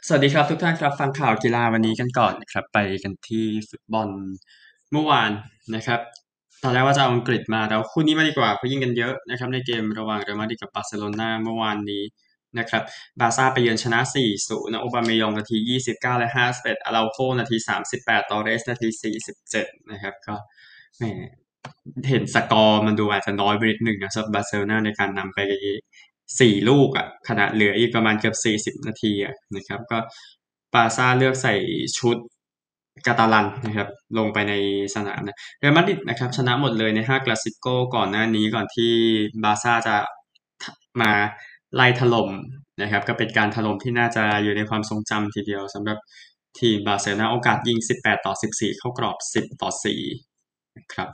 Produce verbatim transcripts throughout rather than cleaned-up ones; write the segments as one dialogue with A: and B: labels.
A: สวัสดีครับทุกท่านครับฟังข่าวกีฬาวันนี้กันก่อนนะครับไปกันที่ฟุตบอลเมื่อวานนะครับตอนแรกว่าจะเอาอังกฤษมาแต่ว่าคู่นี้มาดีกว่าเพราะยิงกันเยอะนะครับในเกมระหว่างเรอัลมาดริดกับบาร์เซโลนาเมื่อวานนี้นะครับบาร์ซ่าไปเยือนชนะ สี่ศูนย์ นะโอบาเมยองนาทียี่สิบเก้าและห้าสิบเอ็ดอาราโคนาทีสามสิบแปดตอเรสนาทีสี่สิบเจ็ดนะครับก็แหมเห็นสกอร์มันดูอาจจะน้อยไปนิดหนึ่งนะสำหรับบาร์เซโลนาในการนำไปสี่ลูกอ่ะขณะเหลืออีกประมาณเกือบสี่สิบนาทีอ่ะนะครับก็บาร์ซ่าเลือกใส่ชุดกาตาลันนะครับลงไปในสนามนะเรอัลมาดริดนะครับชนะหมดเลยในห้ากลาสสิโกก่อนหน้านี้ก่อนที่บาร์ซ่าจะมาไล่ถล่มนะครับก็เป็นการถล่มที่น่าจะอยู่ในความทรงจำทีเดียวสำหรับทีมบาร์เซโลนาโอกาสยิงสิบแปดต่อสิบสี่เข้ากรอบสิบต่อสี่นะครับ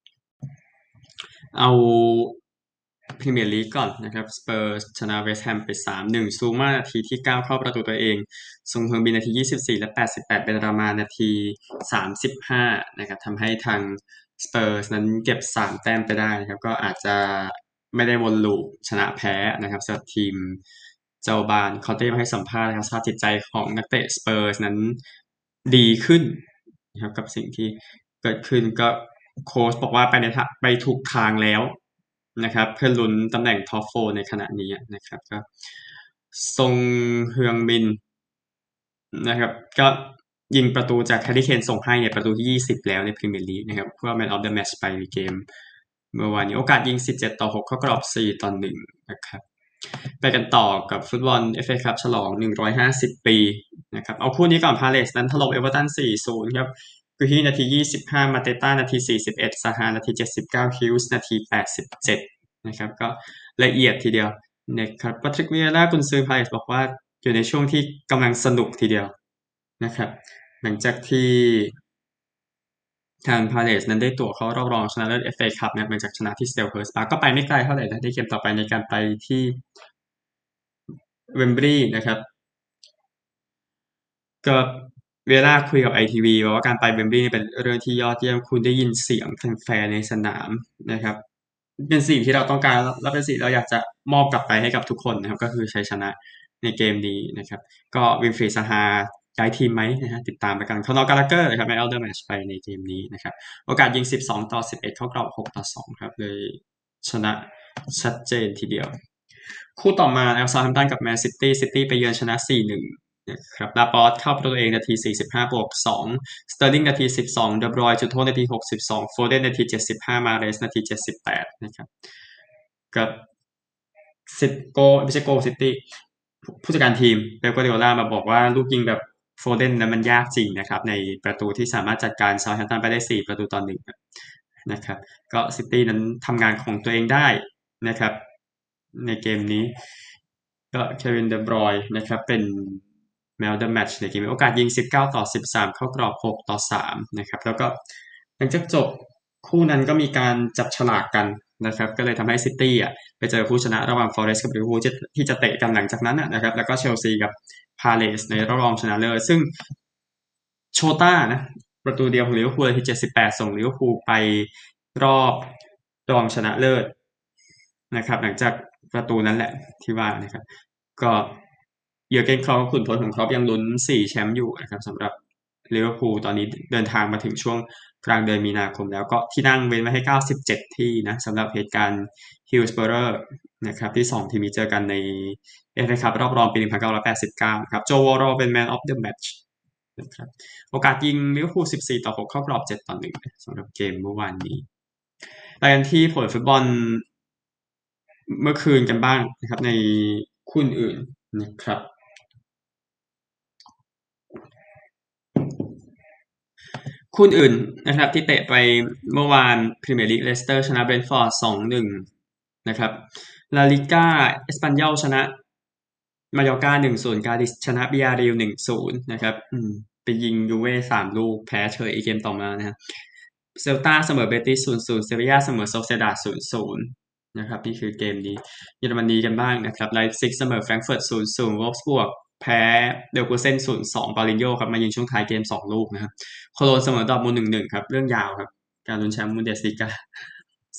A: เอาพรีเมียร์ลีกก่อนนะครับสเปอร์ชนะเวสต์แฮมไป สามหนึ่ง ซูม่านาทีที่เก้าเข้าประตูตัวเองซงเฮงบินนาทียี่สิบสี่และแปดสิบแปดเป็นรามานาทีสามสิบห้านะครับทำให้ทางสเปอร์นั้นเก็บสามแต้มไปได้นะครับก็อาจจะไม่ได้วนลูปชนะแพ้นะครับสำหรับทีมเจ้าบ้านเขาได้มาให้สัมภาษณ์นะครับสภาพจิตใจของนักเตะสเปอร์นั้นดีขึ้นนะครับกับสิ่งที่เกิดขึ้นก็โค้ชบอกว่าไปในทางไปถูกทางแล้วนะครับเพื่อลุ้นตำแหน่งท็อปโฟร์ในขณะนี้นะครับก็ซงเฮืองมินนะครับก็ยิงประตูจากแฮร์รี่เคนส่งให้เนี่ยประตูที่ยี่สิบแล้วในพรีเมียร์ลีกนะครับเพื่อ Man of the Match ไปในเกมเมื่อวานนี้โอกาสยิงสิบเจ็ดต่อหกเข้ากรอบสี่ต่อหนึ่งนะครับไปกันต่อกับฟุตบอล เอฟ เอ Cup ฉลองหนึ่งร้อยห้าสิบปีนะครับเอาคู่นี้ก่อนพาเลสนั้นถล่มเอเวอร์ตัน สี่ศูนย์ ครับกุฮีนาทียี่สิบห้ามาเตต้านาทีสี่สิบเอ็ดซาฮานาทีเจ็ดสิบเก้าฮิลส์นาทีแปดสิบเจ็ดนะครับก็ละเอียดทีเดียวนะครับปาทริกวิเอร่ากุนซือพาเลสบอกว่าอยู่ในช่วงที่กำลังสนุกทีเดียวนะครับหลังจากที่ทางพาเลสนั้นได้ตั๋วเข้ารอบรองชนะเลิศ เอฟ เอ Cup นะครับหลังจากชนะที่สเตลเฮิร์สปาร์คก็ไปไม่ไกลเท่าไหร่นะได้เกมต่อไปในการไปที่เวมบลีย์นะครับก็เวลาคุยกับไอทีวีบอกว่าการไปเวมบลีย์เป็นเรื่องที่ยอดเยี่ยมคุณได้ยินเสียงแฟนๆในสนามนะครับเป็นสิ่งที่เราต้องการและเป็นสิ่งที่เราอยากจะมอบกลับไปให้กับทุกคนนะครับก็คือชัยชนะในเกมนี้นะครับก็วินฟรีดซาฮาย้ายทีมไหมนะฮะติดตามไปกันคอนอร์กาลาเกอร์นะครับแมนออฟเดอะแมตช์ไปในเกมนี้นะครับโอกาสยิงสิบสองต่อสิบเอ็ดเข้ากรอบหกต่อสองครับเลยชนะชัดเจนทีเดียวคู่ต่อมานะครับซาท์แฮมป์ตันกับแมนซิตี้ซิตี้ไปเยือนชนะสี่หนึ่งนะครับลาปอร์ตเข้าประตูตัวเองนาทีสี่สิบห้าบวกสองสเตอร์ลิงนาทีสิบสองเดบรอยน์จุดโทษนาทีหกสิบสองโฟเดนนาทีเจ็ดสิบห้ามาเรสนาทีเจ็ดสิบแปดนะครับกับซิตโกไม่ใช่โกซิตี้ผู้จัดการทีมเป๊ปกัวร์ดิโอลามาบอกว่าลูกยิงแบบโฟเดนนั้นมันยากจริงนะครับในประตูที่สามารถจัดการเซาท์แฮมป์ตันไปได้สี่ประตูต่อหนึ่งนะครับก็ซิตี้นั้นทำงานของตัวเองได้นะครับในเกมนี้ก็เควินเดบรอยน์นะครับเป็นแมวเดอะแมตช์ในเกมโอกาสยิงสิบเก้าต่อสิบสามเข้ากรอบหกต่อสามนะครับแล้วก็หลังจากจบคู่นั้นก็มีการจับฉลากกันนะครับก็เลยทำให้ซิตี้อ่ะไปเจอผู้ชนะระหว่างฟอเรสต์กับลิเวอร์พูลที่จะเตะกันหลังจากนั้นนะครับแล้วก็เชลซีกับพาเลสในรอบรองชนะเลิศซึ่งโชต้านะประตูเดียวของลิเวอร์พูลที่เจ็ดสิบแปดส่งลิเวอร์พูลไปรอบรองชนะเลิศนะครับหลังจากประตูนั้นแหละที่ว่านะครับก็เยอร์เกนคล็อปขุนพลของคล็อปยังลุ้นสี่แชมป์อยู่นะครับสำหรับลิเวอร์พูลตอนนี้เดินทางมาถึงช่วงกลางเดือนมีนาคมแล้วก็ที่นั่งเว้นไว้ให้เก้าสิบเจ็ดที่นะสำหรับเหตุการณ์ฮิลส์เบอร์นะครับที่สองทีมนี้เจอกันในเอฟเอคัพรอบรองปีหนึ่งพันเก้าร้อยแปดสิบเก้าครับโจวอโรเป็น Man of the Match นะครับโอกาสยิงลิเวอร์พูลสิบสี่ต่อหกเข้ากรอบเจ็ดต่อหนึ่งสำหรับเกมเมื่อวานนี้ไปกันที่ผลฟุตบอลเมื่อคืนกันบ้างนะครับในคู่อื่นนะครับคู่อื่นนะครับที่เตะไปเมื่อวานพรีเมียร์ลีกเลสเตอร์ชนะเบรนท์ฟอร์ด สองหนึ่ง นะครับลาลิก้าเอสปันยอลชนะมายอร์กา หนึ่งศูนย์ กาดิสชนะบิยาริล หนึ่งศูนย์ นะครับอืมไปยิงยูเว่สามลูกแพ้เฉยอีกเกมต่อมานะครับเซลตาเสมอเบติส ศูนย์ศูนย์ เซบีย่าเสมอโซเซดาด ศูนย์ศูนย์ นะครับนี่คือเกมนี้เยอรมนีกันบ้างนะครับไลป์ซิกเสมอแฟรงก์เฟิร์ต ศูนย์ศูนย์ วอล์ฟสบวกแพ้เดลกูเซน ศูนย์สอง ปาลินโญ่ครับมายิงช่วงท้ายเกมสองลูกนะครับโคโลนเสมอดอร์ทมุนด์ หนึ่งหนึ่ง ครับเรื่องยาวครับการลุ้นแชมป์บุนเดสลีกา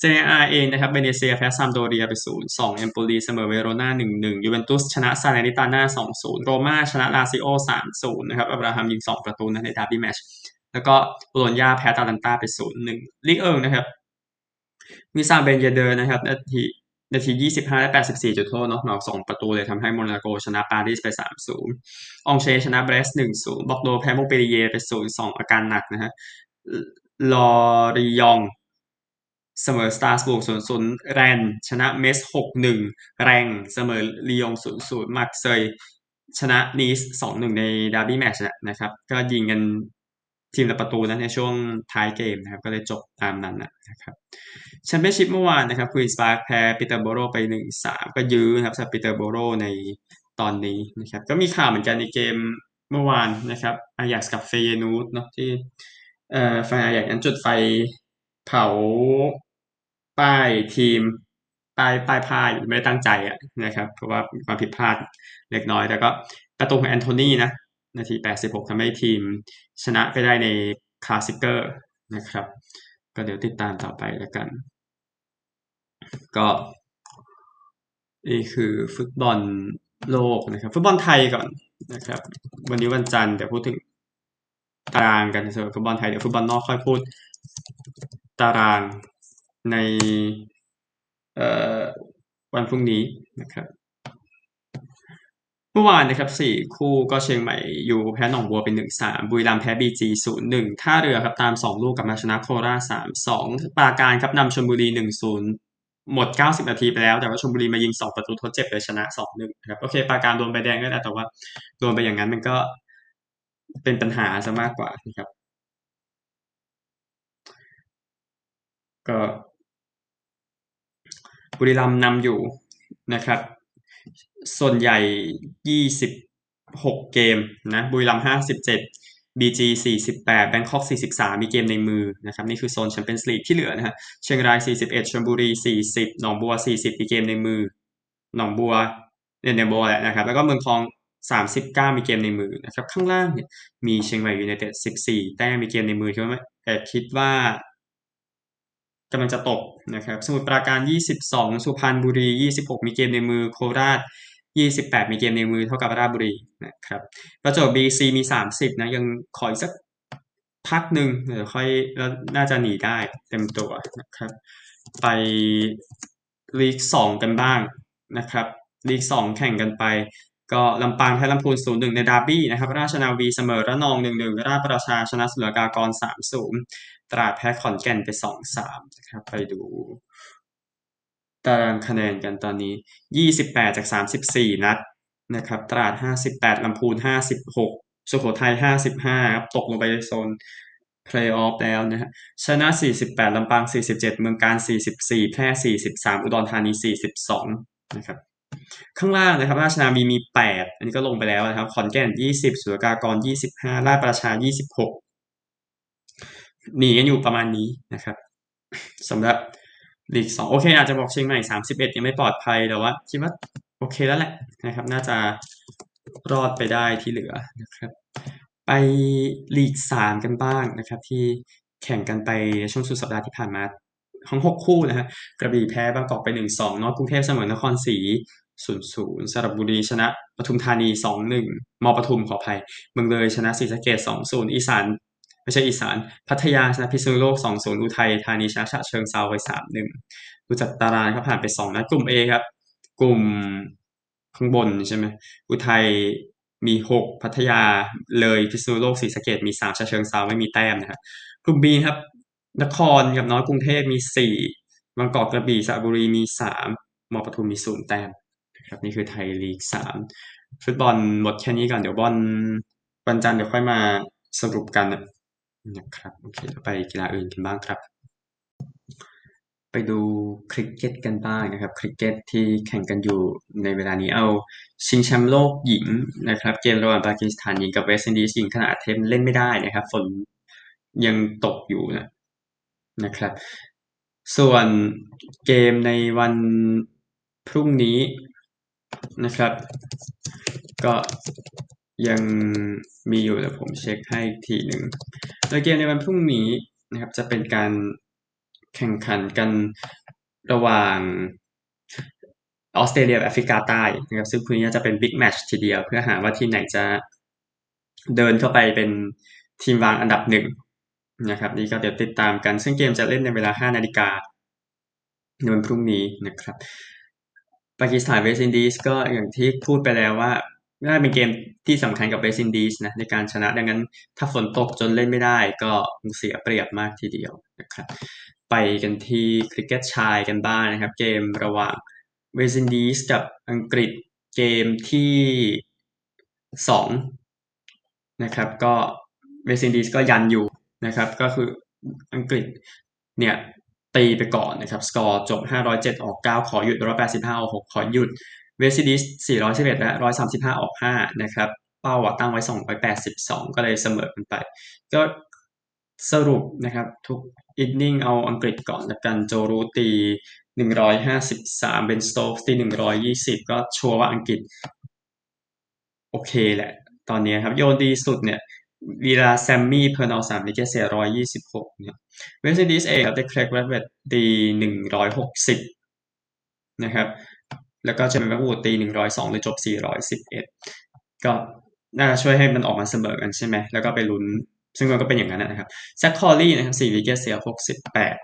A: เซเรีย อา เองนะครับเบเนเซียแพ้ซามโดเรียไป ศูนย์สอง เอมโปลีเสมอเวโรนา หนึ่งหนึ่ง ยูเวนตุสชนะซาเลร์นิตาน่า สองศูนย์ โรม่าชนะลาซิโอ สามศูนย์ นะครับอับราฮัมยิงสองประตูนะในดาร์บี้แมตช์แล้วก็โบโลญญาแพ้ตาลันตาไป ศูนย์หนึ่ง ลีกเอิงนะครับมีซาเบนเยเดอร์นะครับนาทีนาทียี่สิบห้าและแปดสิบสี่จุดโทษเนาะเหมาสองประตูเลยทำให้โมนาโกชนะปารีสไป สามศูนย์ อองเชชนะเบรส หนึ่งศูนย์ บอกโดแพ้โมเปลีเยไป ศูนย์สอง อาการหนักนะฮะลอริยองเสมอสตาร์สบุก ศูนย์ศูนย์ แรนชนะเมส หกหนึ่ง แรงเสมอลียง ศูนย์ศูนย์ มักเซยชนะนีส สองหนึ่ง ในดาร์บี้แมตช์นะครับก็ยิงกันทีมละประตูนะในช่วงท้ายเกมนะครับก็เลยจบตามนั้นนะครับแชมเปี้ยนชิพเมื่อวานนะครับควีนส์ปาร์คแพ้ปีเตอร์โบโรไป หนึ่งสาม ก็ยื้อนะครับสำหรับปีเตอร์โบโรในตอนนี้นะครับก็มีข่าวเหมือนกันในเกมเมื่อวานนะครับอายักซ์กับเฟเยนูดเนาะที่เอ่อแฟนอายักซ์นั้นจุดไฟเผาป้ายทีมป้ายป้ายผ้าอยู่ไม่ได้ตั้งใจอะนะครับเพราะว่าความผิดพลาดเล็กน้อยแต่ก็ประตูของแอนโทนีนะนาทีแปดสิบหกทำให้ทีมชนะไปได้ในคลาสสิกเกอร์นะครับก็เดี๋ยวติดตามต่อไปแล้วกันก็นี่คือฟุตบอลโลกนะครับฟุตบอลไทยก่อนนะครับวันนี้วันจันทร์เดี๋ยวพูดถึงตารางกันสำหรับฟุตบอลไทยเดี๋ยวฟุตบอลนอกค่อยพูดตารางในเอ่อวันพรุ่งนี้นะครับเมื่อวานนะครับสี่คู่ก็เชียงใหม่อยู่แพ้หนองบัวเป็น หนึ่งสาม บุรีรัมย์แพ้ บี จี ศูนย์หนึ่ง ท่าเรือครับตามสองลูกกลับมาชนะโคราช สามสอง ปราการครับนำชลบุรี หนึ่งศูนย์ หมดเก้าสิบนาทีไปแล้วแต่ว่าชลบุรีมายิงสองประตูทดเจ็บเลยชนะ สองหนึ่ง นะครับโอเคปราการโดนใบแดงก็ได้แต่ว่าโดนไปอย่างนั้นมันก็เป็นปัญหาซะมากกว่านะครับก็บุรีรัมย์นำอยู่นะครับส่วนใหญ่ ยี่สิบหก เกมนะบุรีรัมย์ห้าสิบเจ็ด บี จี สี่สิบแปด แบงคอกสี่สิบสามมีเกมในมือนะครับนี่คือโซนแชมเปี้ยนส์ลีกที่เหลือนะฮะเชียงรายสี่สิบเอ็ดชลบุรีสี่สิบหนองบัวสี่สิบมีเกมในมือหนองบัวเนี่ยในบัวแหละนะครับแล้วก็เมืองทองสามสิบเก้ามีเกมในมือนะครับข้างล่างเนี่ยมีเชียงใหม่ยูไนเต็ดสิบสี่แต้มมีเกมในมือคิดว่าแต่คิดว่า กำลังจะตกนะครับสมุทรปราการยี่สิบสองสุพรรณบุรียี่สิบหกมีเกมในมือโคราชยี่สิบแปดมีเกมในมือเท่ากับราชบุรีนะครับประจวบ บี ซี มีสามสิบนะยังขออีกสักพักหนึ่งเดี๋ยวค่อยแล้วน่าจะหนีได้เต็มตัวนะครับไปลีกสองกันบ้างนะครับลีกสองแข่งกันไปก็ลำปางแพ้ลำพูน ศูนย์หนึ่ง ในดาร์บี้นะครับราชนาวีเสมอระนอง หนึ่งหนึ่ง ราชประชาชนะศุลกากร สามศูนย์ ตราดแพ้ขอนแก่นไป สองสาม นะครับไปดูตารางคะแนนกันตอนนี้ยี่สิบแปดจากสามสิบสี่นัดนะครับตราดห้าสิบแปดลำพูนห้าสิบหกสุโขทัยห้าสิบห้าครับตกลงไปในโซนเพลย์ออฟแล้วนะฮะชนะสี่สิบแปดลำปางสี่สิบเจ็ดเมืองกาญสี่สิบสี่แพร่สี่สิบสามอุดรธานีสี่สิบสองนะครับข้างล่างนะครับราชนาวีมีแปดอันนี้ก็ลงไปแล้วนะครับขอนแก่นยี่สิบศุลกากรยี่สิบห้าราชประชายี่สิบหกหนีกันอยู่ประมาณนี้นะครับสำหรับลีกสองโอเคอาจจะบอกเชียงใหม่สามสิบเอ็ดยังไม่ปลอดภัยแต่ว่าคิดว่าโอเคแล้วแหละนะครับน่าจะรอดไปได้ที่เหลือนะครับไปลีกสามกันบ้างนะครับที่แข่งกันไปช่วงสุดสัปดาห์ที่ผ่านมาทั้งหกคู่นะฮะกระบี่แพ้บางกอกไป หนึ่งสอง นอร์ทกรุงเทพเสมอนครศรี ศูนย์ศูนย์ สระบุรีชนะปทุมธานี สองหนึ่ง มปทุมขออภัยเมืองเลยชนะศรีสะเกษ สองศูนย์ อีสานไม่ใช่อีสานพัทยาชนะพิษณุโลก สองศูนย์ อุทัยธานีชนะฉะเชิงเทราไป สามหนึ่ง ดูจากตารางครับผ่านไปสองนัดกลุ่ม A ครับกลุ่มข้างบนใช่ไหมอุทัยมีหกพัทยาเลยพิษณุโลกศรีสะเกษมีสามฉะเชิงเทราไม่มีแต้มนะครับกลุ่ม B ครับนครกับน้อยกรุงเทพมีสี่บางกอกกระบี่สระบุรีมีสามมอปทุมมีศูนย์แต้มครับนี่คือไทยลีกสามฟุตบอลหมดแค่นี้ก่อนเดี๋ยวบอลวันจันทร์เดี๋ยวค่อยมาสรุปกันนะครับโอเคไปกีฬาอื่นกันบ้างครับไปดูคริกเก็ตกันบ้างนะครับคริกเก็ตที่แข่งกันอยู่ในเวลานี้เอาชิงแชมป์โลกหญิงนะครับเกมระหว่างปากีสถานหญิงกับเวสต์อินดีสหญิงขณะเทมเล่นไม่ได้นะครับฝนยังตกอยู่นะนะครับส่วนเกมในวันพรุ่งนี้นะครับก็ยังมีอยู่แต่ผมเช็คให้อีกทีหนึ่งโดยเกมในวันพรุ่งนี้นะครับจะเป็นการแข่งขันกันระหว่างออสเตรเลียกับแอฟริกาใต้นะครับซึ่งคู่นี้จะเป็นบิ๊กแมตช์ทีเดียวเพื่อหาว่าทีมไหนจะเดินเข้าไปเป็นทีมวางอันดับหนึ่งนะครับนี่ก็เดี๋ยวติดตามกันซึ่งเกมจะเล่นในเวลาห้านาฬิกาในวันพรุ่งนี้นะครับปากีสถานเวสต์อินดีสก็อย่างที่พูดไปแล้วว่าน่าเป็นเกมที่สำคัญกับเวสต์อินดีสนะในการชนะดังนั้นถ้าฝนตกจนเล่นไม่ได้ก็เสียเปรียบมากทีเดียวนะครับไปกันที่คริกเก็ตชายกันบ้างนะครับเกมระหว่างเวสต์อินดีสกับอังกฤษเกมที่สองนะครับก็เวสต์อินดีสก็ยันอยู่นะครับก็คืออังกฤษเนี่ยตีไปก่อนนะครับสกอร์จบห้าร้อยเจ็ดออกเก้าขอหยุดหนึ่งร้อยแปดสิบห้าออกหกขอหยุดเวสต์อินดีสสี่ร้อยสิบเอ็ดและหนึ่งร้อยสามสิบห้าออกห้านะครับเป้าตั้งไว้สองร้อยแปดสิบสองก็เลยเสมอกันไปก็สรุปนะครับทุกอินนิ่งเอาอังกฤษก่อนแล้วกันโจรูตีหนึ่งร้อยห้าสิบสามเบนสโตกส์ตีหนึ่งร้อยยี่สิบก็ชัวร์ว่าอังกฤษโอเคแหละตอนนี้ครับโยนดีสุดเนี่ยวีลาแซมมี่เพอร์นอลสามวิกเกตเสียร้อยยี่สิบหกเนี่ยเวสต์อินดีสเองครับได้เครกแรดเวดตีหนึ่งร้อยหกสิบนะครับแล้วก็เจมี่แม็กวูดตีหนึ่งร้อยสองเลยจบสี่ร้อยสิบเอ็ดก็น่าจะช่วยให้มันออกมาเสมอกันใช่ไหมแล้วก็ไปลุ้นซึ่งมันก็เป็นอย่างนั้นนะครับแซคคอร์ลี่นะครับสี่วิกเกตเสียหกสิบแปด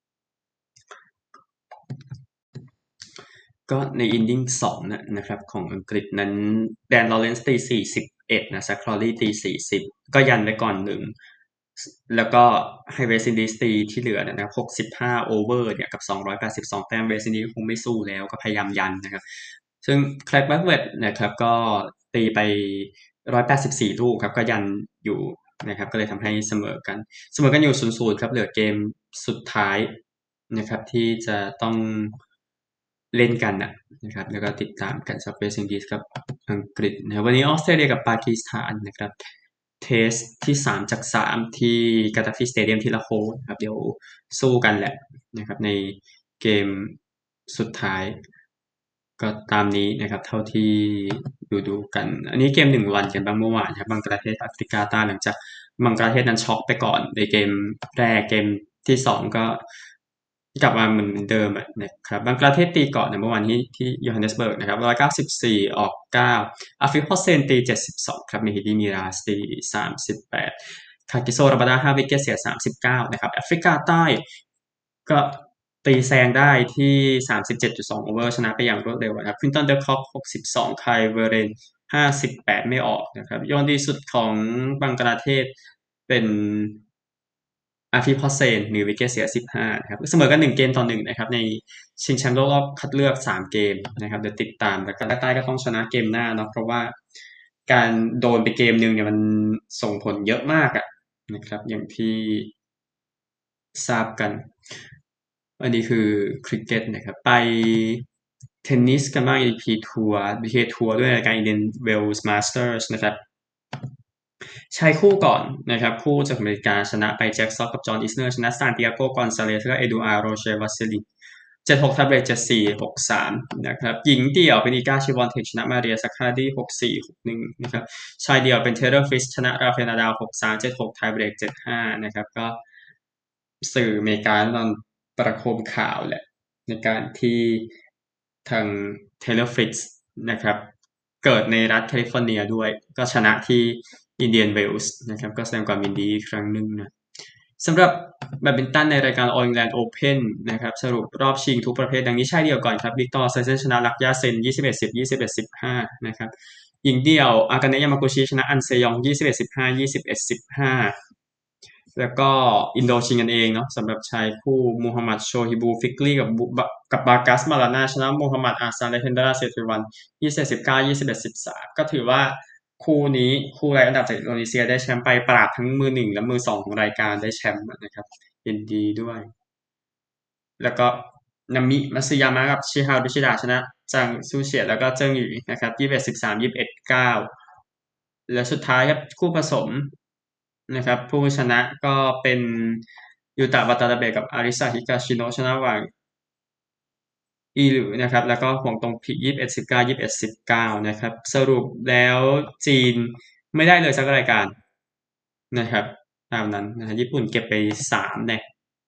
A: ก็ในอินดิ้งสองนะนะครับของอังกฤษนั้นแดนลอเรนซ์ตีสี่สิบเอ็ดนะแซคคอร์ลี่ตีสี่สิบก็ยันไว้ก่อนหนึ่งแล้วก็ให้เวสต์อินดีสตีที่เหลือนะครับหกสิบห้าโอเวอร์เนี่ยกับสองร้อยแปดสิบสองแต้มเวสต์อินดีสคงไม่สู้แล้วก็พยายามยันนะครับซึ่งแคลร์กแบ็กเวดนะครับก็ตีไปหนึ่งร้อยแปดสิบสี่ลูกครับก็ยันอยู่นะครับก็เลยทำให้เสมอกันเสมอกันอยู่ศูนย์ ศูนย์ครับเหลือเกมสุดท้ายนะครับที่จะต้องเล่นกันนะนะครับแล้วก็ติดตามกันสำหรับเวสต์อินดีสกับอังกฤษนะครับวันนี้ออสเตรเลียกับปากีสถานนะครับเทสที่สามจากสามที่กาตาฟีสเตเดียมที่ละโคนะครับเดี๋ยวสู้กันแหละนะครับในเกมสุดท้ายก็ตามนี้นะครับเท่าที่ดูดูกันอันนี้เกมหนึ่งวันกันบ้างเมื่อวานครับบังกลาเทศแอฟริกาใต้หลังจากบังกลาเทศนั้นช็อกไปก่อนในเกมแรกเกมที่สองก็กลับมาเหมือนเดิมนะครับบังกลาเทศตีก่อนในเมื่อวานที่ที่โยฮันเนสเบิร์กนะครับหนึ่งร้อยเก้าสิบสี่ออกเก้าอาฟิฟฮอสเซนตีเจ็ดสิบสองครับเมฮิดีมีราสตีสามสิบแปดคากิโซราบาดาห้าวิกเกตเสียสามสิบเก้านะครับแอฟริกาใต้ก็ตีแซงได้ที่ สามสิบเจ็ดจุดสองโอเวอร์ชนะไปอย่างรวดเร็วนะครับควินตันเดอร์ค็อกหกสิบสองไคลเวอร์เรนห้าสิบแปดไม่ออกนะครับยอดดีสุดของบังกลาเทศเป็นอาฟิพอเซนหรือวิกเกตเสียสิบห้านะครับเสมอกันหนึ่งเกมต่อหนึ่งนะครับในชิงแชมป์โลกรอบคัดเลือกสามเกมนะครับเดี๋ยวติดตามแต่กันใต้ก็ต้องชนะเกมหน้าเนาะเพราะว่าการโดนไปเกมหนึ่งเนี่ยมันส่งผลเยอะมากอะนะครับอย่างที่ทราบกัน อันนี้คือคริกเก็ตนะครับไปเทนนิสกันบ้าง เอ ที พี ทัวร์ บี เค ทัวร์ด้วยรายการ Indian Wells Masters นะครับชายคู่ก่อนนะครับคู่จากอเมริกาชนะไปแจ็คซ็อกกับจอห์นอิสเนอร์ชนะซานติอาโกกอนซาเลสและเอดูอาร์โรเชวัสซิลินเจ็ดหกทับเบรกเจ็ดสี่หกสามนะครับหญิงเดี่ยวเป็นอีกาชิวอนเทชชนะมาเรียซักคาดีหกสี่หกหนึ่งนะครับชายเดี่ยวเป็นเทเลอร์ฟิชชนะราฟาเอลนาดาลหกสามเจ็ดหกไทเบรกเจ็ดห้านะครับก็สื่ออเมริกาตอนประโคมข่าวแหละในการที่ทาง Taylor Fritz นะครับเกิดในรัฐแคลิฟอร์เนียด้วยก็ชนะที่อินเดียนเวลส์นะครับก็แสดงความยินดีอีกครั้งหนึ่งนะสำหรับแบดมินตันในรายการ All England Open นะครับสรุปรอบชิงทุกประเภทดังนี้ชายเดียวก่อนครับวิกตอร์ไซเซนชนะลักยาเซนยี่สิบเอ็ด สิบ ยี่สิบเอ็ด สิบห้านะครับหญิงเดี่ยวอากาเนะยามากุชิชนะอันเซยองยี่สิบเอ็ด สิบห้า ยี่สิบเอ็ด สิบห้าแล้วก็อินโดชิงกันเองเนาะสำหรับชายคู่มูฮัมหมัดโชฮิบูฟิกลีกับกับบากัสมาลานาชนะมูฮัมหมัดอาซานและเฮนดราเซตุวันยี่สิบเอ็ด สิบเก้า ยี่สิบเอ็ด สิบสามก็ถือว่าคู่นี้คู่รายอันดับจากอินโดนีเซียได้แชมป์ไปปราบทั้งมือหนึ่งและมือสองของรายการได้แชมป์นะครับยินดีด้วยแล้วก็นามิมัตสึยามะกับชิฮารุชิดะชนะจังซูเฉียดแล้วก็เจิ้งหยี่นะครับยี่สิบเอ็ด สิบสาม ยี่สิบเอ็ด เก้าแล้วสุดท้ายครับคู่ผสมนะครับผู้ชนะก็เป็นยูตะวาตานาเบะกับอาริซาฮิกาชิโนะชนะระหว่างอีหรือนะครับแล้วก็หวงตงผิยี่สิบเอ็ด สิบเก้า ยี่สิบเอ็ด สิบเก้านะครับสรุปแล้วจีนไม่ได้เลยสักรายการนะครับตามนั้นนะญี่ปุ่นเก็บไปสามเนี่ย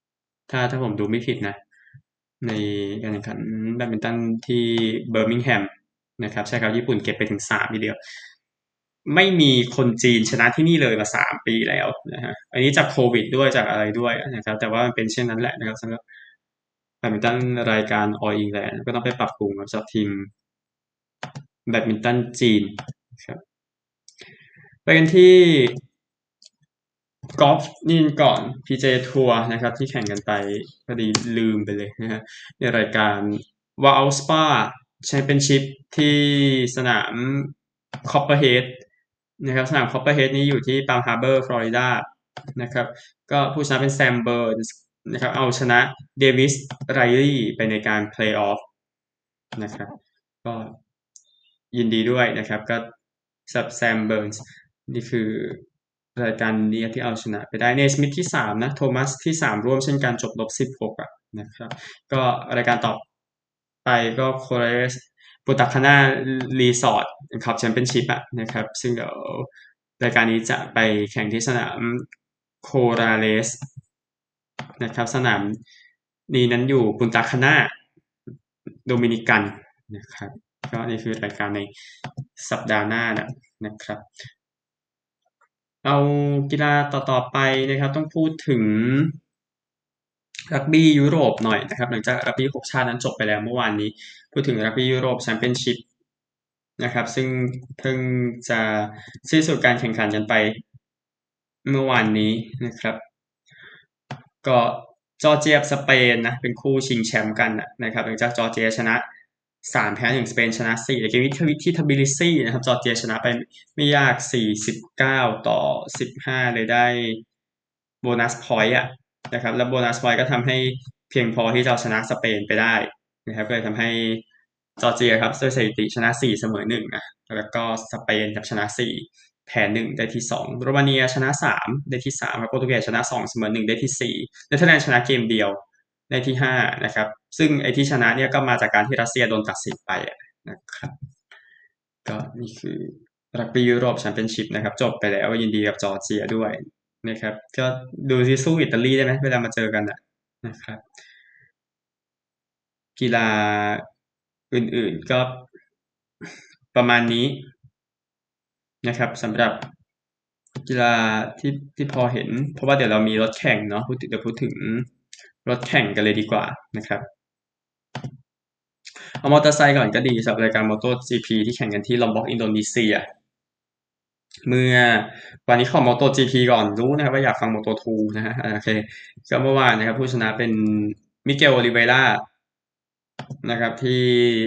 A: ถ้าถ้าผมดูไม่ผิดนะในการแข่งขันแบดมินตันที่เบอร์มิงแฮมนะครับใช่ครับญี่ปุ่นเก็บไปถึงสามทีเดียวไม่มีคนจีนชนะที่นี่เลยมาสามปีแล้วนะฮะอันนี้จากโควิดด้วยจากอะไรด้วยนะครับแต่ว่ามันเป็นเช่นนั้นแหละนะครับสำหรับแบดมินตันรายการ All England ก็ต้องไปปรับปรุงกับสำหรับทีมแบดมินตันจีนครับไปกันที่กอล์ฟนี่ก่อน พี เจ ทัวร์นะครับที่แข่งกันไปพอดีลืมไปเลยนะฮะในรายการ Valspar Championship ที่สนาม Copperhead นะครับสนาม Copperhead นี้อยู่ที่ Palm Harbor ฟลอริดานะครับก็ผู้ชนะเป็นแซมเบิร์นส์นะครับเอาชนะเดวิสไรลี่ไปในการเพลย์ออฟนะครับก็ยินดีด้วยนะครับก็สับแซมเบิร์นส์นี่คือรายการนี้ที่เอาชนะไปได้เนสมิธที่สามนะโทมัสที่สามร่วมเช่นกันจบลบสิบหกอ่ะนะครับก็รายการต่อไปก็โคเรสปุตตะคานารีสอร์ทครับแชมเปี้ยนชิพอ่ะนะครับซึ่งเดี๋ยวรายการนี้จะไปแข่งที่สนามโคราเลสนะครับสนามนี้นั้นอยู่ปุนตาคานาโดมินิกันนะครับก็นี่คือรายการในสัปดาห์หน้านะนะครับเอากีฬาต่อๆไปนะครับต้องพูดถึงรักบี้ยุโรปหน่อยนะครับหลังจากรักบี้หกชาตินั้นจบไปแล้วเมื่อวานนี้พูดถึงรักบี้ยุโรปแชมเปี้ยนชิพนะครับซึ่งเพิ่งจะสิ้นสุดการแข่งขันกันไปเมื่อวานนี้นะครับก็จอร์เจียกับสเปนนะเป็นคู่ชิงแชมป์กันนะครับหลังจากจอร์เจียชนะสามแพ้หนึ่งสเปนชนะสี่ในเกมที่ที่ทับบิลิซีนะครับจอร์เจียชนะไปไม่ยากสี่สิบเก้าต่อสิบห้าเลยได้โบนัสพอยต์อ่ะนะครับแล้วโบนัสพอยต์ก็ทำให้เพียงพอที่จะเอาชนะสเปนไปได้นะครับก็เลยทำให้จอร์เจียครับด้วยสถิติชนะสี่เสมอหนึ่งนะแล้วก็สเปนครับชนะสี่แพ้หนึ่งได้ที่สองโรมาเนียชนะสามได้ที่สามครับโปรตุเกสชนะสองเสมอหนึ่งได้ที่สี่เนเธอร์แลนด์ชนะเกมเดียวได้ที่ห้านะครับซึ่งไอ้ที่ชนะเนี่ยก็มาจากการที่รัสเซียโดนตัดสิทธิ์ไปนะครับก็นี่คือรักบี้ยุโรปแชมเปี้ยนชิพนะครับจบไปแล้วยินดีกับจอร์เจียด้วยนะครับก็ดูซิสู้อิตาลีได้ไหมเวลามาเจอกันนะครับกีฬาอื่นๆก็ประมาณนี้นะครับสำหรับกีฬาที่ที่พอเห็นเพราะว่าเดี๋ยวเรามีรถแข่งเนาะพูดถึงเดี๋ยวพูดถึงรถแข่งกันเลยดีกว่านะครับเอามอเตอร์ไซค์ก่อนก็ดีสำหรับรายการ MotoGP ที่แข่งกันที่ลอมบ็อกอินโดนีเซียเมื่อวันนี้ขอ MotoGP ก่อนรู้นะครับว่าอยากฟัง Moto ทูนะฮะโอเคก็เมื่อวานนะครับผู้ชนะเป็นมิเกลโอลิเวรานะครับที่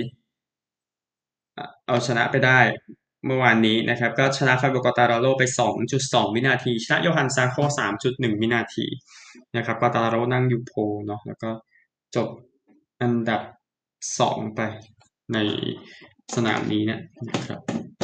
A: เอาชนะไปได้เมื่อวานนี้นะครับก็ชนะฟาบิโอ กอตาราโรไป สองจุดสอง วินาทีชนะโยฮันซาโค สามจุดหนึ่ง วินาทีนะครับกอตาราโรนั่งอยู่โพลเนาะแล้วก็จบอันดับสองไปในสนามนี้เนี่ยนะครับ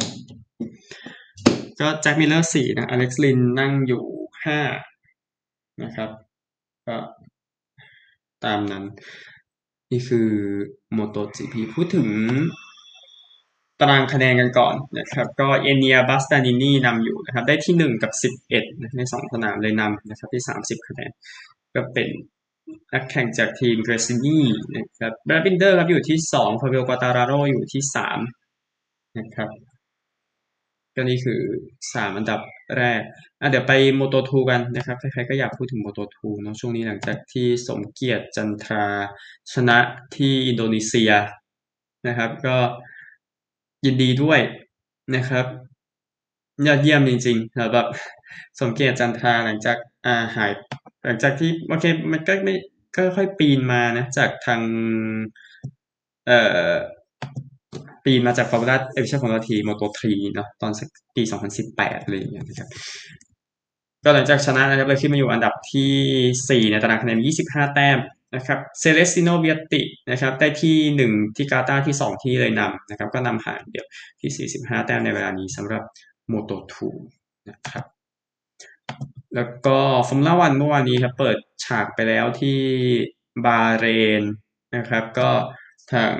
A: ก็แจ็คมิลเลอร์สี่นะอเล็กซ์ลินนั่งอยู่ห้านะครับก็ตามนั้นนี่คือ MotoGP พูดถึง ตารางคะแนนกันก่อนนะครับก็เอเนียบัสตานินีนำอยู่นะครับได้ที่หนึ่งกับสิบเอ็ดในสองสนามเลยนำนะครับที่สามสิบคะแนนก็เป็นนักแข่งจากทีมเกรซินีนะครับแบรบินเดอร์ครับอยู่ที่สองฟาเวลกาตาราโรอยู่ที่สามนะครับก็นี่คือสามอันดับแรกอ่ะเดี๋ยวไปโมโตทูกันนะครับใครๆก็อยากพูดถึงโมโตทูเนาะช่วงนี้หลังจากที่สมเกียรติจันทราชนะที่อินโดนีเซียนะครับก็ยินดีด้วยนะครับยอดเยี่ยมจริงๆสำหรับสมเกียรติจันทราหลังจากอ่าหายหลังจากที่โอเคมันก็ไม่ก็ค่อยปีนมานะจากทางเอ่อปีนมาจากฟอร์มูล่าเอวิชั่นฟอร์มูล่าทีโมโตทรีเนาะตอนสักปีสองพันสิบแปดอะไรอย่างเงี้ยนะครับก็หลังจากชนะนะครับเลยขึ้นมาอยู่อันดับที่สี่ในตารางคะแนนยี่สิบห้าแต้มนะครับเซเลสติโนเบียตินะครับได้ที่หนึ่งที่กาตาร์ที่สองที่เลยนำนะครับก็นำห่างเดียวที่สี่สิบห้าแต้มในเวลานี้สำหรับโมโตทูนะครับแล้วก็ฟอร์มูล่าวันเมื่อวานนี้ครับเปิดฉากไปแล้วที่บาห์เรนนะครับก็ทาง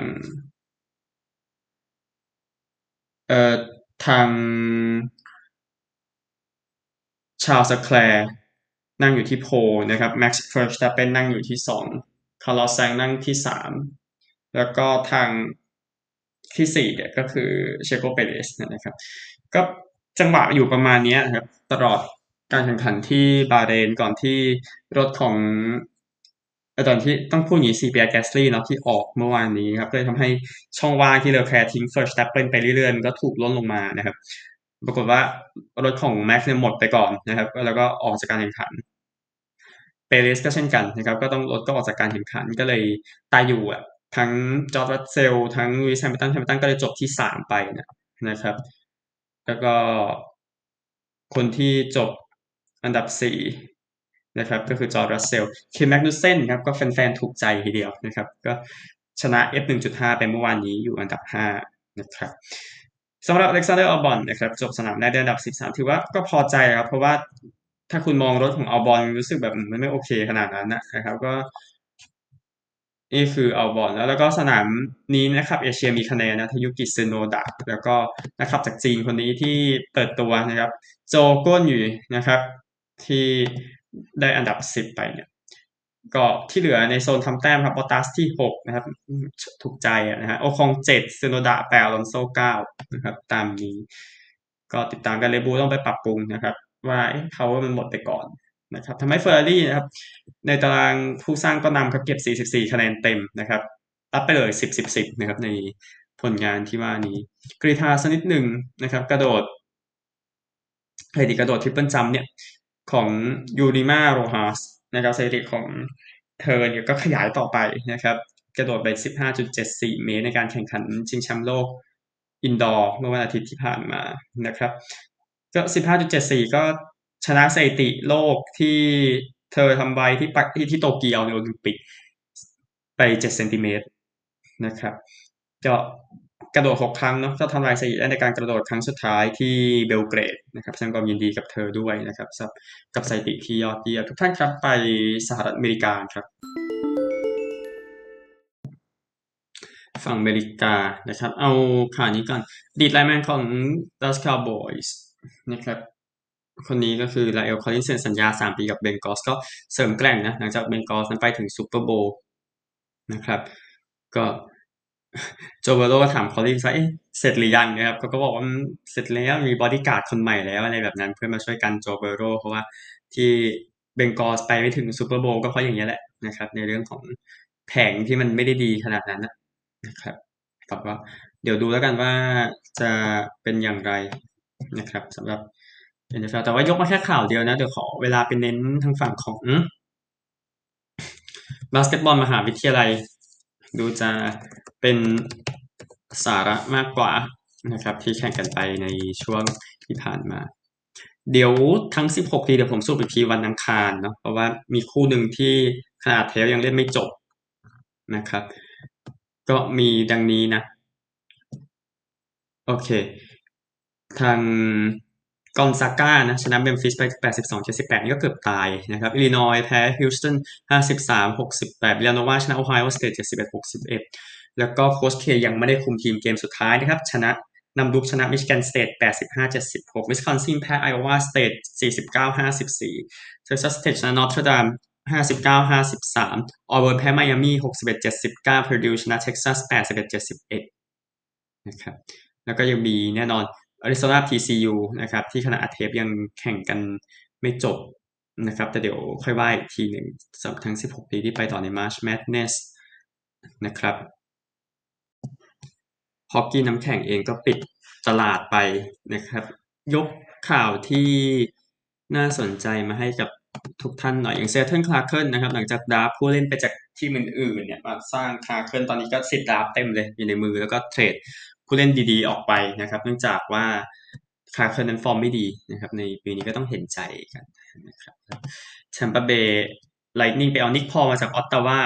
A: เอ่อทางชาร์ลส์แคลร์นั่งอยู่ที่โพลนะครับ Max Verstappen นั่งอยู่ที่สอง Carlos Sainz นั่งที่สามแล้วก็ทางที่สี่เนี่ยก็คือเชโกเปเรสนะครับก็จังหวะอยู่ประมาณนี้นะครับตลอดการแข่งขันที่บาห์เรนก่อนที่รถของตอนที่ต้องพูดอย่างนี้ซีเปียร์แกสลีเนาะที่ออกเมื่อวานนี้ครับเลยทำให้ช่องว่างที่เลอแคลร์ทิ้งเฟิร์สแตปเปิลไปเรื่อยๆมันก็ถูกลดลงมานะครับปรากฏว่ารถของแม็กซ์เนี่ยหมดไปก่อนนะครับแล้วก็ออกจากการแข่งขันเปเรสก็เช่นกันนะครับก็ต้องรถก็ออกจากการแข่งขันก็เลยตายอยู่อ่ะทั้งจอร์จรัสเซลทั้งลุยส์แฮมิลตันแฮมิลตันก็เลยจบที่สามไปนะนะครับแล้วก็คนที่จบอันดับสี่นะครับก็คือจอร์จรัสเซลเคนแมกนูเซนครับก็แฟนๆถูกใจทีเดียวนะครับก็ชนะ เอฟ หนึ่งจุดห้า ไปเมื่อวานนี้อยู่อันดับห้านะครับสำหรับอเล็กซานเดอร์อัลบอนนะครับจบสนามได้อันดับสิบสามถือว่าก็พอใจครับเพราะว่าถ้าคุณมองรถของอัลบอนรู้สึกแบบมันไม่โอเคขนาดนั้นนะครับก็นี่คืออัลบอนแล้วแล้วก็สนามนี้นะครับเอเชียมีคะแนนนะทยุกิซึโนดะแล้วก็นะครับจากจีนคนนี้ที่เปิดตัวนะครับโจก้นอยู่นะครับที่ได้อันดับสิบไปเนี่ยก็ที่เหลือในโซนทำแต้มครับบอตตัสที่หกนะครับถูกใจนะฮะโอคองเจ็ดซึโนดะแปดอลอนโซเก้านะครับตามนี้ก็ติดตามกันเลบูต้องไปปรับปรุงนะครับว่าเขามันหมดไปก่อนนะครับทำให้เฟอร์รารี่นะครับในตารางผู้สร้างก็นำครับเก็บสี่สิบสี่คะแนนเต็มนะครับรับไปเลยสิบ สิบ สิบนะครับในผลงานที่ว่านี้กรีธาสักนิดหนึ่งนะครับกระโดดสถิติกระโดดทริปเปิลจัมป์เนี่ยของยูริมาโรฮาสนะครับสถิติของเธอเนี่ยก็ขยายต่อไปนะครับกระโดดไป สิบห้าจุดเจ็ดสี่ เมตรในการแข่งขันชิงแชมป์โลกอินดอร์เมื่อวันอาทิตย์ที่ผ่านมานะครับก็ สิบห้าจุดเจ็ดสี่ ก็ชนะสถิติโลกที่เธอทำไว้ที่ปักที่ที่โตเกียวในโอลิมปิกไปเจ็ดเซนติเมตรนะครับก็กระโดดหกครั้งเนาะก็ทำลายสถิติได้ในการกระโดดครั้งสุดท้ายที่เบลเกรดนะครับแสดงความยินดีกับเธอด้วยนะครับกับสถิติที่ยอดเยี่ยมทุกท่านครับไปสหรัฐอเมริกาครับฝั่งอเมริกานะครับเอาข่าวนี้ก่อนดีดไลน์แมนของ Dallas Cowboys นะครับคนนี้ก็คือลาเอลคอลลินเซ็นสัญญาสามปีกับเบงกอสก็เสริมแกร่งนะหลังจากเบงกอสนั้นไปถึงซูเปอร์โบว์นะครับก็โจเบโรก็ถามคอลลินว่าเอ๊ะเสร็จหรือยังนะครับเขาก็บอกว่าเสร็จแล้วมีบอดี้การ์ดคนใหม่แล้วอะไรแบบนั้นเพื่อมาช่วยกันโจเบโรเพราะว่าที่เบงกอสไปไม่ถึงซูเปอร์โบว์ก็เพราะอย่างนี้แหละนะครับในเรื่องของแผงที่มันไม่ได้ดีขนาดนั้นนะครับครับว่าเดี๋ยวดูแล้วกันว่าจะเป็นอย่างไรนะครับสำหรับ เอ็น เอฟ แอล แต่ว่ายกมาแค่ข่าวเดียวนะเดี๋ยวขอเวลาไปเน้นทางฝั่งของบาสเกตบอลมหาวิทยาลัยดูจะเป็นสาระมากกว่านะครับที่แข่งกันไปในช่วงที่ผ่านมาเดี๋ยวทั้งสิบหกทีเดี๋ยวผมสรุปอีกทีวันอังคารเนาะเพราะว่ามีคู่หนึ่งที่ขนาดเทปยังเล่นไม่จบนะครับก็มีดังนี้นะโอเคทางกอนซาก้านะชนะเมมฟิสไปแปดสิบสอง เจ็ดสิบแปดนี่ก็เกือบตายนะครับอิลลินอยส์แพ้ฮิวสตันห้าสิบสาม หกสิบแปดวิลลานโนวาชนะโอไฮโอสเตทเจ็ดสิบเอ็ด หกสิบเอ็ดแล้วก็โค้ชเคยังไม่ได้คุมทีมเกมสุดท้ายนะครับชนะนำดุกชนะมิชิแกนสเตทแปดสิบห้า เจ็ดสิบหกวิสคอนซินแพ้ไอโอวาสเตทสี่สิบเก้า ห้าสิบสี่เท็กซัสสเตทชนะนอร์ทเดามห้าสิบเก้า ห้าสิบสามออเบิร์นแพ้ไมอามี่หกสิบเอ็ด เจ็ดสิบเก้าเพอร์ดิวชนะเท็กซัสแปดสิบเอ็ด เจ็ดสิบเอ็ดนะครับแล้วก็ยังมีแน่นอน Arizona ที ซี ยู นะครับที่คณะอัดเทปยังแข่งกันไม่จบนะครับแต่เดี๋ยวค่อยว่าอีกทีหนึ่งสำหรับทั้งสิบหกทีมที่ไปต่อใน March Madness นะครับฮอกกี้น้ำแข็งเองก็ปิดตลาดไปนะครับยกข่าวที่น่าสนใจมาให้กับทุกท่านหน่อยอย่างเซเทิลคลาร์เคิลนะครับหลังจากดราฟผู้เล่นไปจากทีมอื่นๆเนี่ยมาสร้างคลาร์เคิลตอนนี้ก็สิทธิ์ดราฟเต็มเลยอยู่ในมือแล้วก็เทรดผู้เล่นดีๆออกไปนะครับเนื่องจากว่าคลาร์เคิลนั้นฟอร์มไม่ดีนะครับในปีนี้ก็ต้องเห็นใจกันนะครับแชมเปอร์เบย์ไลท์นิ่งไปเอานิกพอลมาจากออตตาวา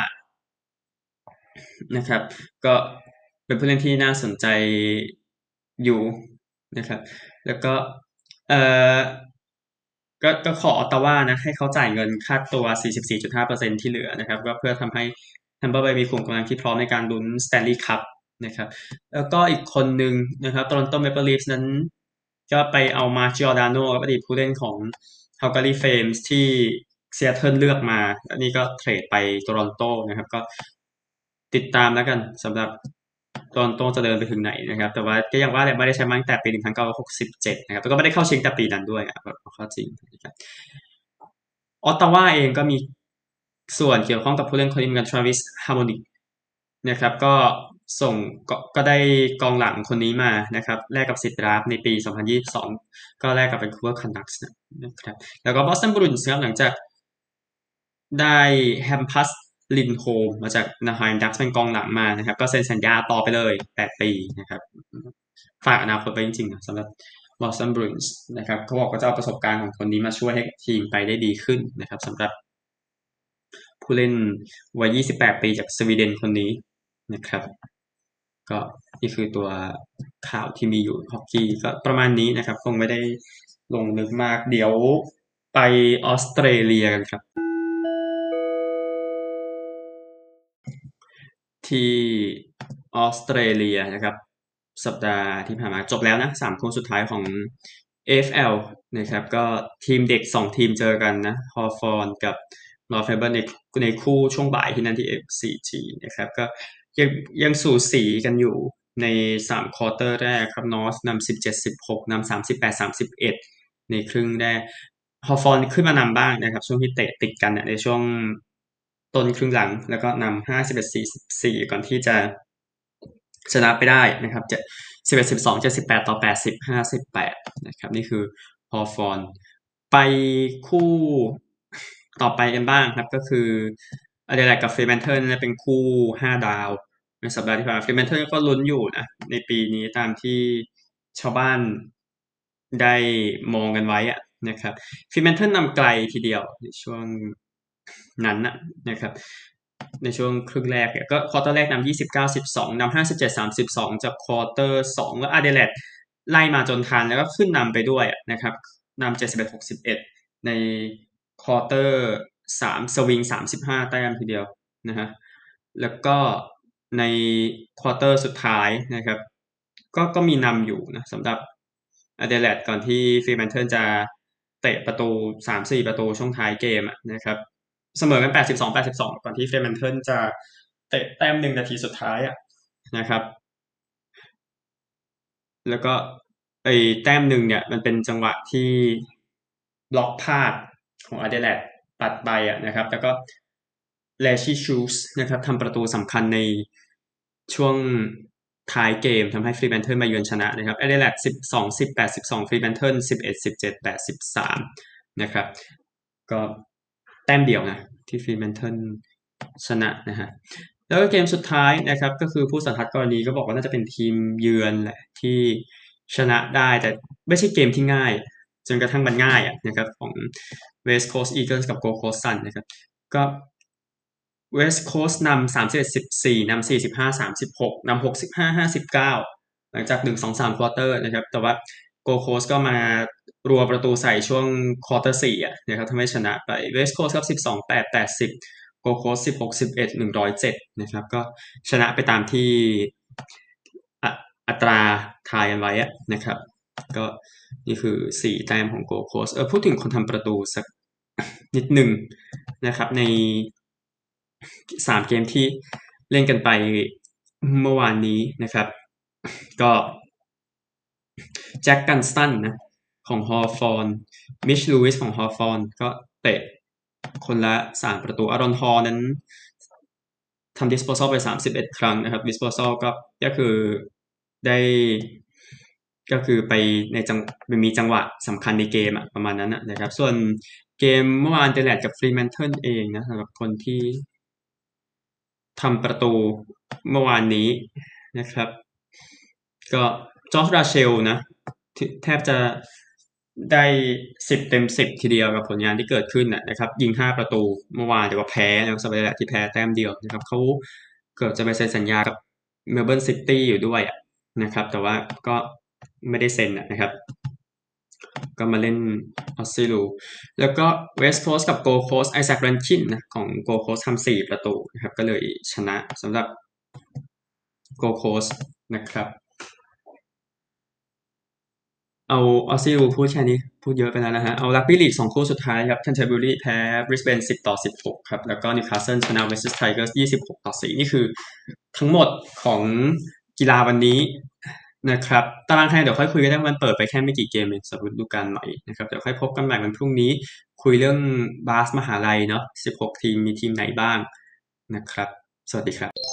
A: นะครับก็เป็นผู้เล่นที่น่าสนใจอยู่นะครับแล้วก็เอ่อก็ก็ขอออตตาวานะให้เขาจ่ายเงินค่าตัว สี่สิบสี่จุดห้าเปอร์เซ็นต์ ที่เหลือนะครับก็เพื่อทำให้แทมเปอร์เบย์มีขุมกำลังที่พร้อมในการลุ้นสแตนลีย์คัพนะครับแล้วก็อีกคนหนึ่งนะครับโตรอนโตเมเปิลลีฟส์นั้นก็ไปเอามาจิออร์ดาโนครับอดีตผู้เล่นของ Calgary Flames ที่ซีแอตเทิลเลือกมาแล้วนี่ก็เทรดไปโตรอนโตนะครับก็ติดตามแล้วกันสำหรับโตรอนโตจะเดินไปถึงไหนนะครับแต่ว่าก็ยังว่าแหละไม่ได้ใช้มาตั้งแต่ปีหนึ่งพันเก้าร้อยหกสิบเจ็ดนะครับแล้วก็ไม่ได้เข้าชิงแต่ปีนั้นด้วยนะครับข้อจริงนะครับออตตาวาเองก็มีส่วนเกี่ยวข้องกับผู้เล่นคนนี้เหมือนกันทราวิสฮาร์โมนิกนะครับก็ส่งก็ก็ได้กองหลังคนนี้มานะครับแลกกับสิทธิ์ดราฟในปีสองพันยี่สิบสองก็แลกกับเป็นคูเวอร์คันนักส์นะครับแล้วก็บอสตันบรูนส์ครับหลังจากได้แฮมพัสลินโฮมมาจากนาไฮม์ดักส์เป็นกองหลังมานะครับก็เซ็นสัญญาต่อไปเลยแปดปีนะครับฝากอนาคตไปจริงๆนะสำหรับบอสตันบรูนส์นะครับเขาบอกว่าจะเอาประสบการณ์ของคนนี้มาช่วยให้ทีมไปได้ดีขึ้นนะครับสำหรับผู้เล่นวัยยี่สิบแปดปีจากสวีเดนคนนี้นะครับก็นี่คือตัวข่าวที่มีอยู่ฮอกกี้ก็ประมาณนี้นะครับคงไม่ได้ลงลึกมากเดี๋ยวไปออสเตรเลียกันครับที่ออสเตรเลียนะครับสัปดาห์ที่ผ่านมาจบแล้วนะสามคนสุดท้ายของ เอ เอฟ แอล นะครับก็ทีมเด็กสองทีมเจอกันนะฮอฟอร์นกับนอร์ทเมลเบิร์นในในคู่ช่วงบ่ายที่นั่นที่ เอฟ ซี จี นะครับก็ยังยังสูสีกันอยู่ในสามควอเตอร์แรกครับนอร์ทนำสิบเจ็ดสิบหกนำสามสิบแปดสามสิบเอ็ดในครึ่งแรกฮอฟอร์นขึ้นมานำบ้างนะครับช่วงที่เตะติดกันในช่วงต้นครึ่งหลังแล้วก็นำห้าสิบเอ็ดสี่สิบสี่ก่อนที่จะชนะไปได้นะครับจะสิบเอ็ดสิบสองเจ็ดสิบแปดต่อแปดสิบห้าสิบแปดนะครับนี่คือฮอฟอร์นไปคู่ต่อไปกันบ้างครับก็คืออเดเลดกับเฟรแมนเทิลเป็นคู่ห้าดาวในสัปดาห์ที่ผ่านมาเฟรแมนเทิลก็ลุ้นอยู่นะในปีนี้ตามที่ชาวบ้านได้มองกันไว้อะนะครับเฟรแมนเทิลนำไกลทีเดียวในช่วงนั้นนะนะครับในช่วงครึ่งแรกเนี่ยก็ควอเตอร์แรกนำยี่สิบเก้าสิบสองนำห้าสิบเจ็ดสามสิบสองจากควอเตอร์สองแล้วอเดเลดไล่มาจนทันแล้วก็ขึ้นนำไปด้วยนะครับนำเจ็ดสิบเอ็ดหกสิบเอ็ดในควอเตอร์สามสวิงสามสิบห้าแต้มทีเดียวนะฮะแล้วก็ในควอเตอร์สุดท้ายนะครับก็ก็มีนำอยู่นะสำหรับอเดเลดก่อนที่ฟรีแมนเทิลจะเตะประตู สามสี่ ประตูช่วงท้ายเกมนะครับเสมอกันแปดสิบสอง แปดสิบสองก่อนที่ฟรีแมนเทิลจะเตะแต้มหนึ่งนาทีสุดท้ายนะครับแล้วก็ไอ้แต้มหนึ่งเนี่ยมันเป็นจังหวะที่บล็อกพลาดของอเดเลดปัดไปนะครับแล้วก็แลชี่ชูสนะครับทำประตูสำคัญในช่วงท้ายเกมทำให้ฟรีแมนเทิลมาเยือนชนะนะครับอเดเลดสิบสองสิบแปดสิบสองฟรีแมนเทิลสิบเอ็ดสิบเจ็ดแปดสิบสามนะครับก็แต้มเดียวนะที่ฟรีแมนเทิลชนะนะฮะแล้วก็เกมสุดท้ายนะครับก็คือผู้สันทัดกรณีก็บอกว่าน่าจะเป็นทีมเยือนแหละที่ชนะได้แต่ไม่ใช่เกมที่ง่ายจนกระทั่งมันง่ายนะครับของ West Coast Eagles กับ Gold Coast Sun นะครับก็ West Coast นำสามสิบเอ็ดสิบสี่นำสี่สิบห้าสามสิบหกนำหกสิบห้าห้าสิบเก้าหลังจากหนึ่ง สอง สามควอเตอร์นะครับแต่ว่า Gold Coast ก็มารัวประตูใส่ช่วงควอเตอร์สี่อ่ะนะครับทำให้ชนะไป West Coast ครับสิบสองแปดแปดสิบ Gold Coast สิบหกสิบเอ็ดหนึ่งร้อยเจ็ดนะครับก็ชนะไปตามที่อัตราทายกันไว้นะครับก็นี่คือสี่แต้มของ Gold Coast เออพูดถึงคนทำประตูสักนิดหนึ่งนะครับในสามเกมที่เล่นกันไปเมื่อวานนี้นะครับก็แจ็คกันสตันนะของฮอฟอร์นมิชลูวิสของฮอฟอร์นก็เตะคนละสามประตูอารอนฮอร์นั้นทำ disposal ไปสามสิบเอ็ดครั้งนะครับ disposal ก็ก็คือได้ก็คือไปในจังมีจังหวะสำคัญในเกมอะประมาณนั้นนะครับส่วนเกมเมื่อวานเดลแลดกับฟรีแมนเทิลเองนะสำหรับคนที่ทำประตูเมื่อวานนี้นะครับก็จอร์จราเชลนะแทบจะได้สิบเต็มสิบทีเดียวกับผลงานที่เกิดขึ้นนะครับยิงห้าประตูเมื่อวานแต่ว่าแพ้นะครับสเปอร์ที่แพ้แต้มเดียวนะครับเขาเกือบจะไปเซ็นสัญญากับเมลเบิร์นซิตี้อยู่ด้วยนะครับแต่ว่าก็ไม่ได้เซ็นนะครับก็มาเล่นออสซิลูแล้วก็เวสต์โคสต์กับโกลด์โคสต์ไอแซคแรนคินนะของโกลด์โคสต์ทำสี่ประตูนะครับก็เลยชนะสำหรับโกลด์โคสต์นะครับเอาออสซี่รูพูดแค่นี้พูดเยอะไปแล้วนะฮะเอารักบี้ลีกสองคู่สุดท้ายครับแคนเทอร์เบอรีแพ้บริสเบนสิบต่อสิบหกครับแล้วก็นิวคาสเซิลชนะเวสต์ไทเกอร์สยี่สิบหกต่อสี่นี่คือทั้งหมดของกีฬาวันนี้นะครับตารางคะแนนเดี๋ยวค่อยคุยกันได้มันเปิดไปแค่ไม่กี่เกมเองสำหรับฤดูกาลใหม่นะครับเดี๋ยวค่อยพบกันใหม่วันพรุ่งนี้คุยเรื่องบาสมหาลัยเนาะสิบหกทีมมีทีมไหนบ้างนะครับสวัสดีครับ